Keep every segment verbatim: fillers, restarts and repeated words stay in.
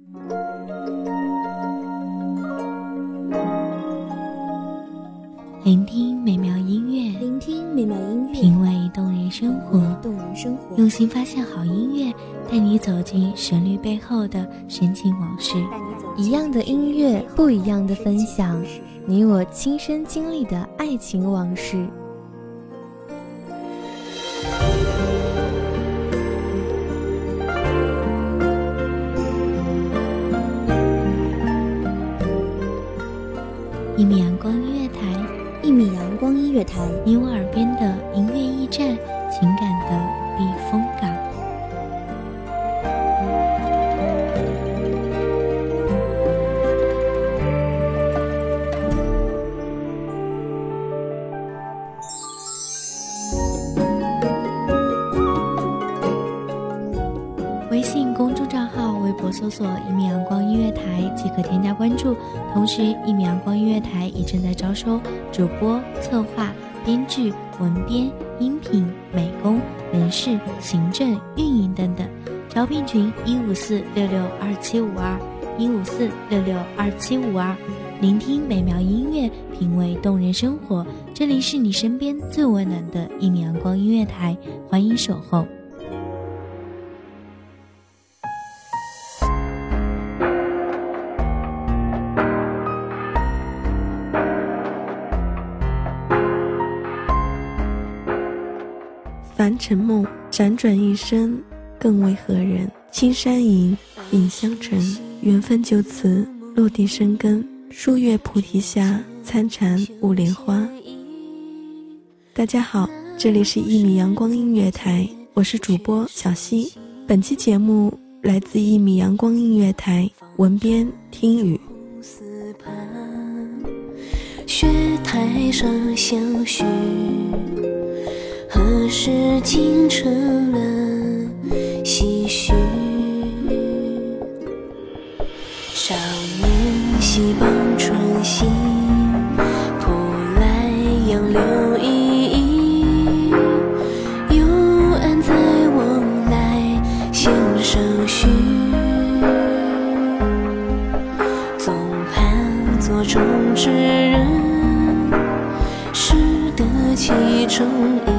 聆听美妙音乐， 聆听美妙音乐， 品味动人生活， 动人生活， 用心发现好音乐，带你走进旋律背后的深情往事。 一样的音乐，不一样的分享，你我亲身经历的爱情往事。 一米阳光音乐台， 一米阳光音乐台， 你我耳边的音乐驿站，情感的避风港。微信公众账号、微博搜索“一米阳光音乐台”即可添加关注。同时，一米阳光音乐台已正在招收主播、策划、编剧、文编、音频、美工、人事、行政、运营等等。招聘群：一五四六六二七五二一五四六六二七五二。聆听美妙音乐，品味动人生活。这里是你身边最温暖的一米阳光音乐台，欢迎守候。 凡尘梦，辗转一生，更为何人？青山隐，隐相尘，缘分就此落地生根。书月菩提下，参禅舞莲花。大家好，这里是一米阳光音乐台，我是主播小溪。本期节目来自一米阳光音乐台，文编听雨。 雪台上相许，何时竟成了唏嘘？少年溪傍春心，扑来杨柳依依。幽暗在往来弦上许，总盼做中之人，识得其中意。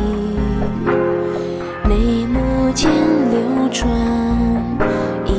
眉目间流转旖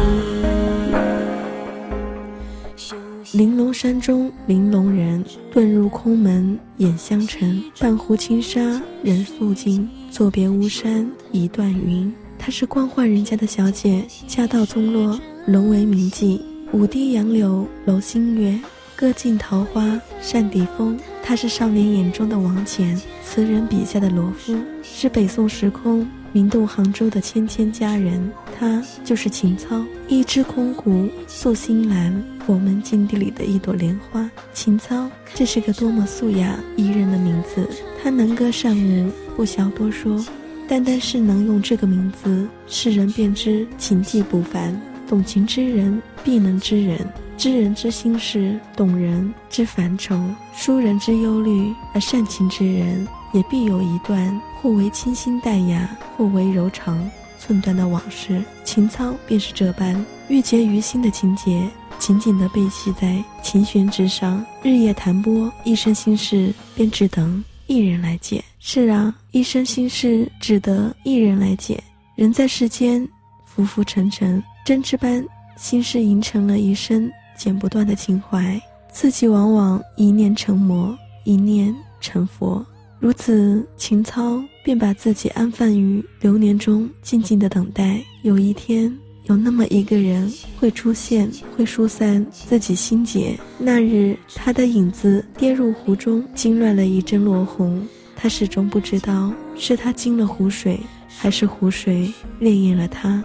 旎。 玲珑山中玲珑人，遁入空门眼相尘。半壶轻纱人素净，作别巫山一段云。她是官宦人家的小姐，家道宗落，沦为名妓。五堤杨柳楼新月，歌尽桃花扇底风。他是少年眼中的王钱，词人笔下的罗敷，是北宋时空名动杭州的谦谦佳人。他就是秦操，一枝空谷素心兰，佛门禁地里的一朵莲花。秦操，这是个多么素雅宜人的名字。他能歌善舞，不消多说，单单是能用这个名字，世人便知情技不凡。懂情之人必能知人，知人之心事，懂人之烦愁，疏人之忧虑，而善情之人也必有一段或为清新淡雅，或为柔肠寸断的往事。秦操便是这般郁结于心的情节，紧紧地被系在琴弦之上，日夜弹拨，一生心事便只等一人来解。是啊，一生心事只得一人来解。人在世间浮浮沉沉，针织般心事吟成了一生剪不断的情怀，自己往往一念成魔，一念成佛。如此，秦操便把自己安放于流年中，静静的等待，有一天有那么一个人会出现，会疏散自己心结。那日他的影子跌入湖中，惊乱了一阵落红。他始终不知道是他惊了湖水，还是湖水潋滟了他。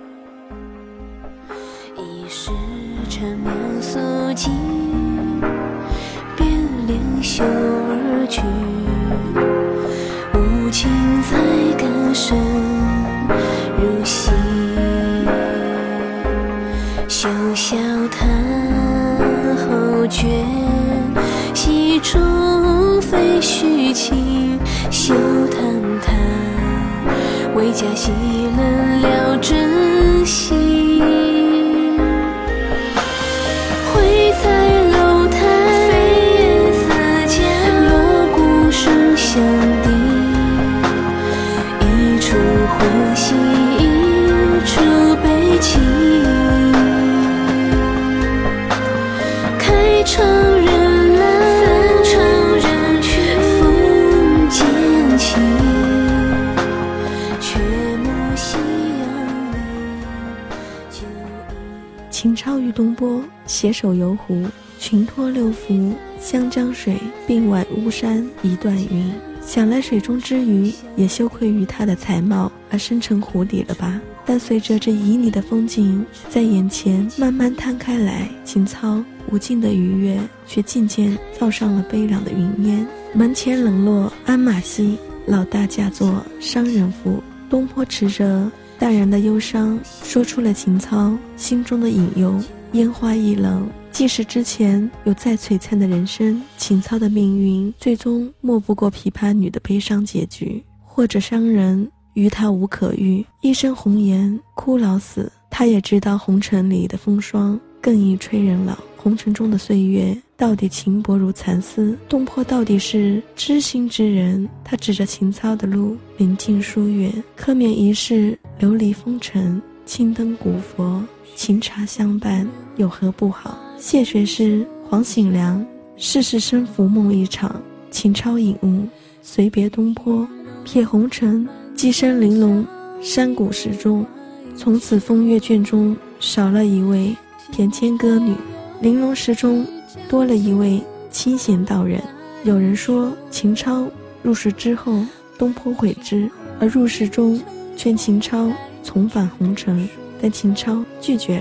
一时缠绵素净，便连袖而去，无情才更深入心。休笑叹后倦，戏中非虚情。休谈谈，为家戏冷了真心。 秦超与东坡携手游湖，群托六福，湘江水，并挽巫山一段云。想来水中之鱼也羞愧于他的才貌而深沉湖底了吧。但随着这旖旎的风景在眼前慢慢摊开来，秦操无尽的愉悦却渐渐造上了悲凉的云烟。门前冷落鞍马稀，老大嫁作商人妇。东坡持着淡然的忧伤说出了秦操心中的隐忧。烟花易冷，即使之前有再璀璨的人生，秦操的命运最终莫不过琵琶女的悲伤结局。或者商人于他无可遇，一生红颜哭老死。他也知道红尘里的风霜更易催人老，红尘中的岁月到底轻薄如蚕丝。东坡到底是知心之人，他指着秦操的路，临近疏远，可免一世流离风尘，青灯古佛，琴茶相伴，有何不好？谢学士黄醒良，世事生浮梦一场，秦超引悟，随别东坡，撇红尘，跻身玲珑山谷石中。从此风月卷中少了一位翩跹歌女，玲珑石中多了一位清闲道人。有人说秦超入世之后东坡悔之，而入世中劝秦超重返红尘，但秦超拒绝了。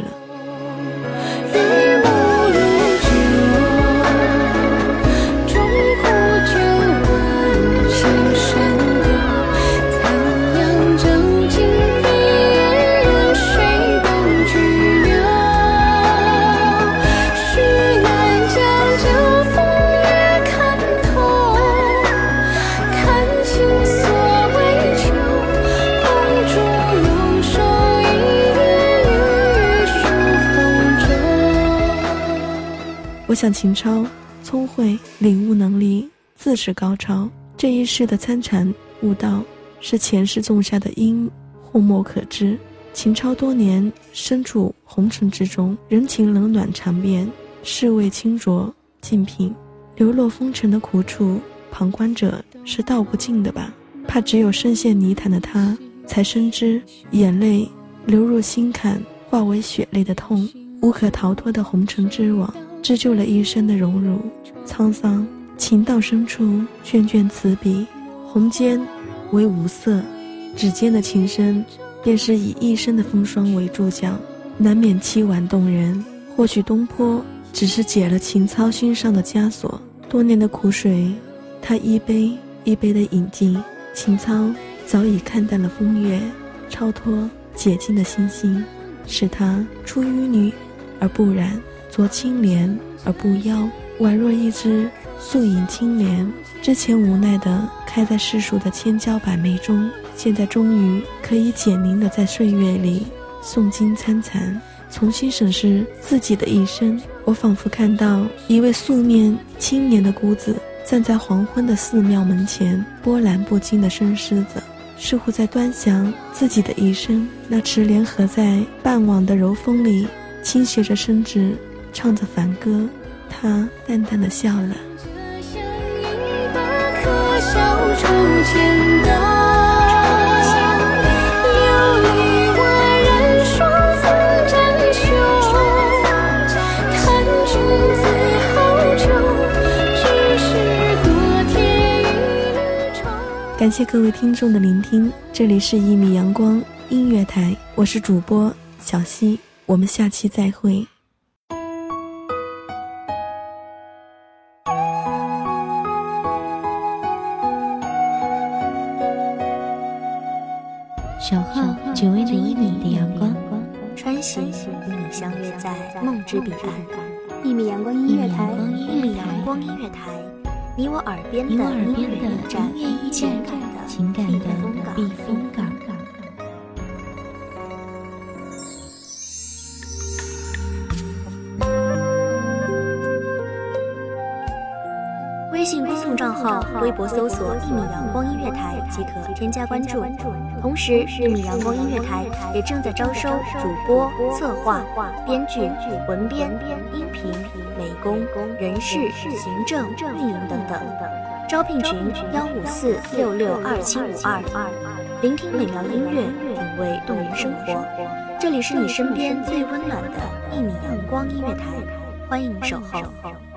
我想秦超聪慧领悟能力自是高超，这一世的参禅悟道是前世种下的因，后莫可知。秦超多年身处红尘之中，人情冷暖尝遍，世味清浊静品，流落风尘的苦楚，旁观者是道不尽的吧。怕只有深陷泥潭的他才深知眼泪流入心坎化为血泪的痛，无可逃脱的红尘之网织就了一生的荣辱沧桑。情到深处卷卷此笔，红笺为无色，指尖的情深便是以一生的风霜为注脚，难免凄婉动人。或许东坡只是解了秦操心上的枷锁，多年的苦水他一杯一杯的饮尽，秦操早已看淡了风月，超脱解禁的心性，使他出淤泥而不染，濯清涟而不妖，宛若一只素影青莲，之前无奈地开在世俗的千娇百媚中，现在终于可以简宁地在岁月里诵经参禅，重新审视自己的一生。我仿佛看到一位素面青年的姑子站在黄昏的寺庙门前，波澜不惊的深思着，似乎在端详自己的一生。那池莲合在傍晚的柔风里倾斜着身子，唱着梵歌，他淡淡地笑了。感谢各位听众的聆听，这里是一米阳光音乐台，我是主播小溪，我们下期再会。 守候只为那一米的阳光， 穿行与你相约在梦之彼岸。一米阳光音乐台，一米阳光音乐台，你我耳边的音乐驿站，情感的情感的避风港。 微信公众账号、微博搜索“一米阳光音乐台”即可添加关注。同时，一米阳光音乐台也正在招收主播、策划、编剧、文编、音频、美工、人事、行政、运营等等。招聘群：幺五四六六二七五二。聆听美妙音乐，品味动人生活。 这里是你身边最温暖的一米阳光音乐台，欢迎守候。